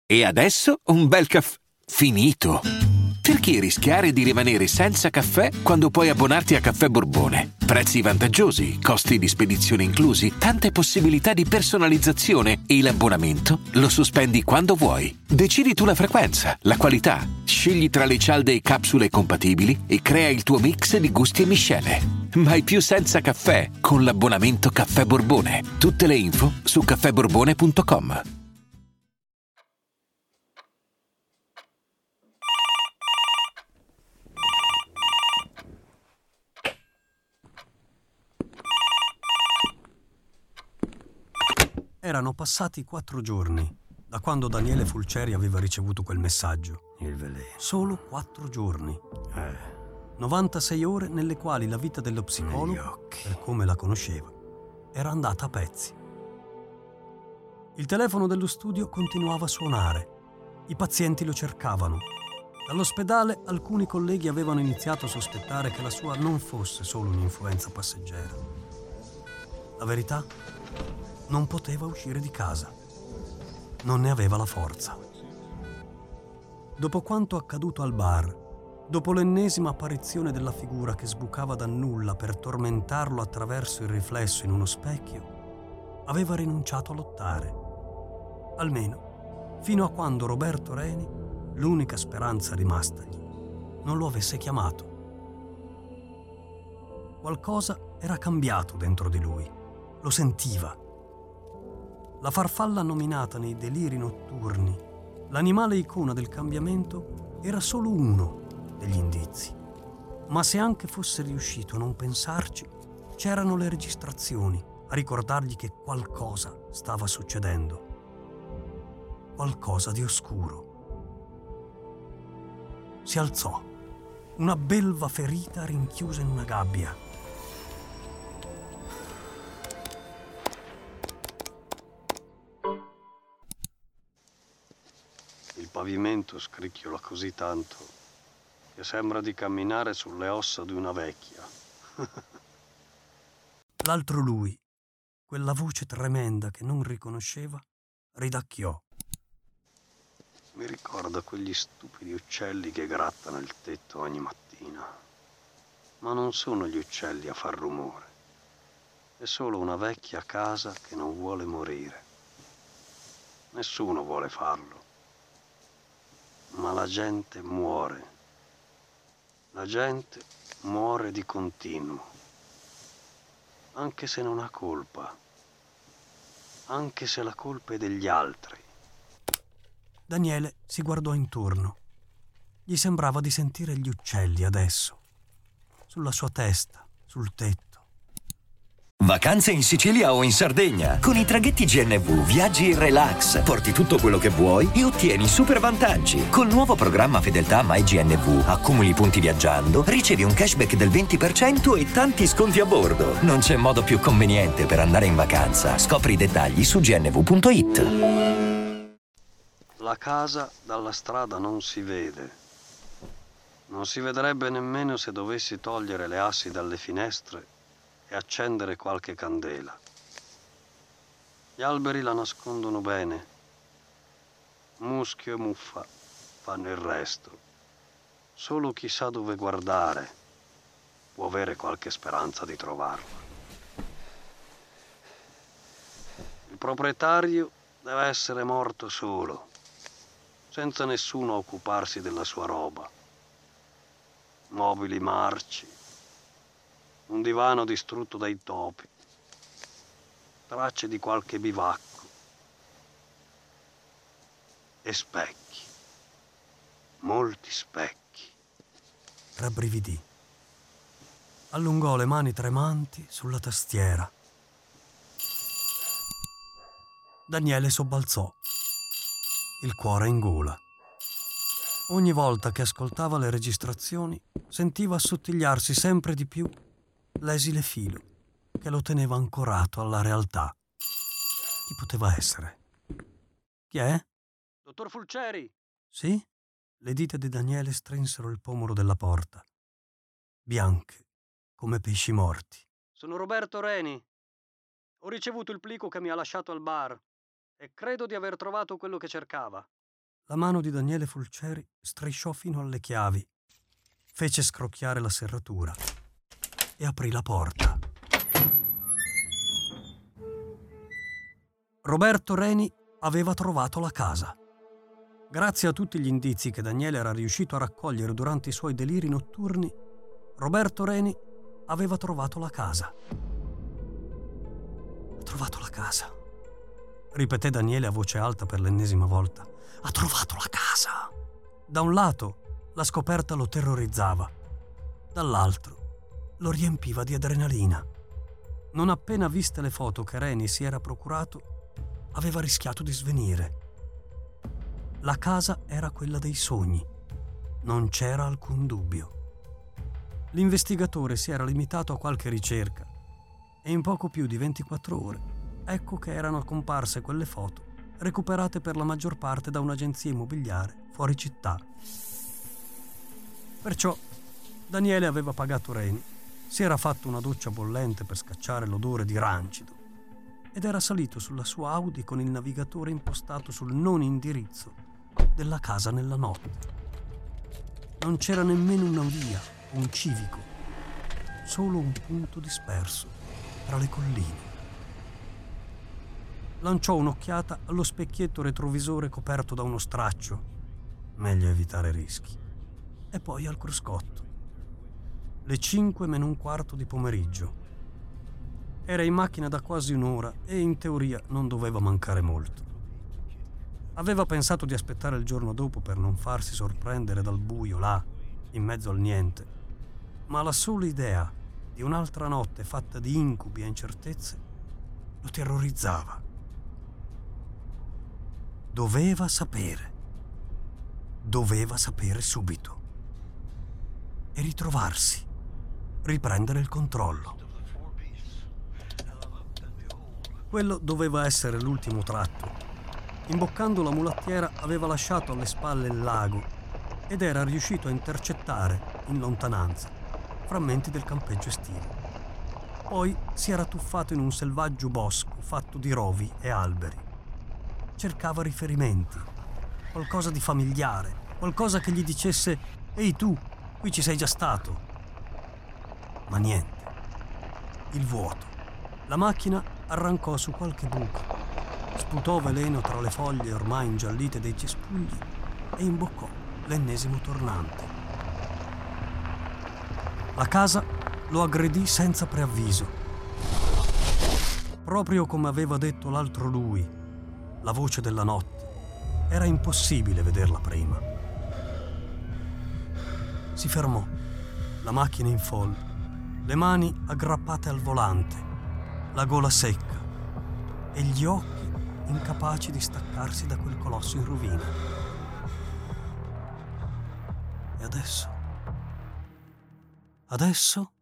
E adesso un bel caffè finito. Perché rischiare di rimanere senza caffè quando puoi abbonarti a Caffè Borbone? Prezzi vantaggiosi, costi di spedizione inclusi, tante possibilità di personalizzazione e l'abbonamento lo sospendi quando vuoi. Decidi tu la frequenza, la qualità, scegli tra le cialde e capsule compatibili e crea il tuo mix di gusti e miscele. Mai più senza caffè con l'abbonamento Caffè Borbone. Tutte le info su caffèborbone.com. Erano passati 4 giorni da quando Daniele Fulceri aveva ricevuto quel messaggio. Il veleno. Solo 4 giorni. 96 ore nelle quali la vita dello psicologo, per come la conosceva, era andata a pezzi. Il telefono dello studio continuava a suonare. I pazienti lo cercavano. Dall'ospedale alcuni colleghi avevano iniziato a sospettare che la sua non fosse solo un'influenza passeggera. La verità? Non poteva uscire di casa. Non ne aveva la forza. Dopo quanto accaduto al bar, dopo l'ennesima apparizione della figura che sbucava da nulla per tormentarlo attraverso il riflesso in uno specchio, aveva rinunciato a lottare. Almeno fino a quando Roberto Reni, l'unica speranza rimastagli, non lo avesse chiamato. Qualcosa era cambiato dentro di lui. Lo sentiva. La farfalla nominata nei deliri notturni, l'animale icona del cambiamento, era solo uno degli indizi. Ma se anche fosse riuscito a non pensarci, c'erano le registrazioni a ricordargli che qualcosa stava succedendo. Qualcosa di oscuro. Si alzò, una belva ferita rinchiusa in una gabbia. Il pavimento scricchiola così tanto che sembra di camminare sulle ossa di una vecchia. L'altro lui, quella voce tremenda che non riconosceva, ridacchiò. Mi ricorda quegli stupidi uccelli che grattano il tetto ogni mattina. Ma non sono gli uccelli a far rumore. È solo una vecchia casa che non vuole morire. Nessuno vuole farlo. Ma la gente muore. La gente muore di continuo. Anche se non ha colpa. Anche se la colpa è degli altri. Daniele si guardò intorno. Gli sembrava di sentire gli uccelli adesso, sulla sua testa, sul tetto. Vacanze in Sicilia o in Sardegna. Con i traghetti GNV viaggi in relax, porti tutto quello che vuoi e ottieni super vantaggi. Col nuovo programma Fedeltà MyGNV accumuli punti viaggiando, ricevi un cashback del 20% e tanti sconti a bordo. Non c'è modo più conveniente per andare in vacanza. Scopri i dettagli su gnv.it. La casa dalla strada non si vede. Non si vedrebbe nemmeno se dovessi togliere le assi dalle finestre e accendere qualche candela. Gli alberi la nascondono bene. Muschio e muffa fanno il resto. Solo chi sa dove guardare può avere qualche speranza di trovarla. Il proprietario deve essere morto solo, senza nessuno a occuparsi della sua roba. Mobili marci, un divano distrutto dai topi, tracce di qualche bivacco e specchi, molti specchi. Rabbrividì. Allungò le mani tremanti sulla tastiera. Daniele sobbalzò, il cuore in gola. Ogni volta che ascoltava le registrazioni, sentiva assottigliarsi sempre di più l'esile filo che lo teneva ancorato alla realtà. Chi poteva essere? Chi è? Dottor Fulceri! Sì? Le dita di Daniele strinsero il pomero della porta, bianche come pesci morti. Sono Roberto Reni. Ho ricevuto il plico che mi ha lasciato al bar e credo di aver trovato quello che cercava. la mano di Daniele Fulceri strisciò fino alle chiavi, fece scrocchiare la serratura e aprì la porta. Roberto Reni aveva trovato la casa. Grazie a tutti gli indizi che Daniele era riuscito a raccogliere durante i suoi deliri notturni, Roberto Reni aveva trovato la casa. Ha trovato la casa, ripeté Daniele a voce alta per l'ennesima volta. Ha trovato la casa! Da un lato, la scoperta lo terrorizzava, dall'altro, lo riempiva di adrenalina. Non appena viste le foto che Reni si era procurato, aveva rischiato di svenire. La casa era quella dei sogni, non c'era alcun dubbio. L'investigatore si era limitato a qualche ricerca e in poco più di 24 ore ecco che erano comparse quelle foto, recuperate per la maggior parte da un'agenzia immobiliare fuori città. Perciò Daniele aveva pagato Reni, si era fatto una doccia bollente per scacciare l'odore di rancido ed era salito sulla sua Audi con il navigatore impostato sul non indirizzo della casa nella notte. Non c'era nemmeno una via, un civico, solo un punto disperso tra le colline. Lanciò un'occhiata allo specchietto retrovisore coperto da uno straccio, meglio evitare rischi, e poi al cruscotto. Le 5:45 di pomeriggio. Era in macchina da quasi un'ora e in teoria non doveva mancare molto. Aveva pensato di aspettare il giorno dopo per non farsi sorprendere dal buio là, in mezzo al niente, ma la sola idea di un'altra notte fatta di incubi e incertezze lo terrorizzava. Doveva sapere subito e ritrovarsi, riprendere il controllo. Quello doveva essere l'ultimo tratto. Imboccando la mulattiera aveva lasciato alle spalle il lago ed era riuscito a intercettare, in lontananza, frammenti del campeggio estivo. Poi si era tuffato in un selvaggio bosco fatto di rovi e alberi. Cercava riferimenti, qualcosa di familiare, qualcosa che gli dicesse «Ehi tu, qui ci sei già stato». Ma niente. Il vuoto. La macchina arrancò su qualche buco, sputò veleno tra le foglie ormai ingiallite dei cespugli e imboccò l'ennesimo tornante. La casa lo aggredì senza preavviso. Proprio come aveva detto l'altro lui, la voce della notte, era impossibile vederla prima. Si fermò, la macchina in folle, le mani aggrappate al volante, la gola secca e gli occhi incapaci di staccarsi da quel colosso in rovina. E adesso? Adesso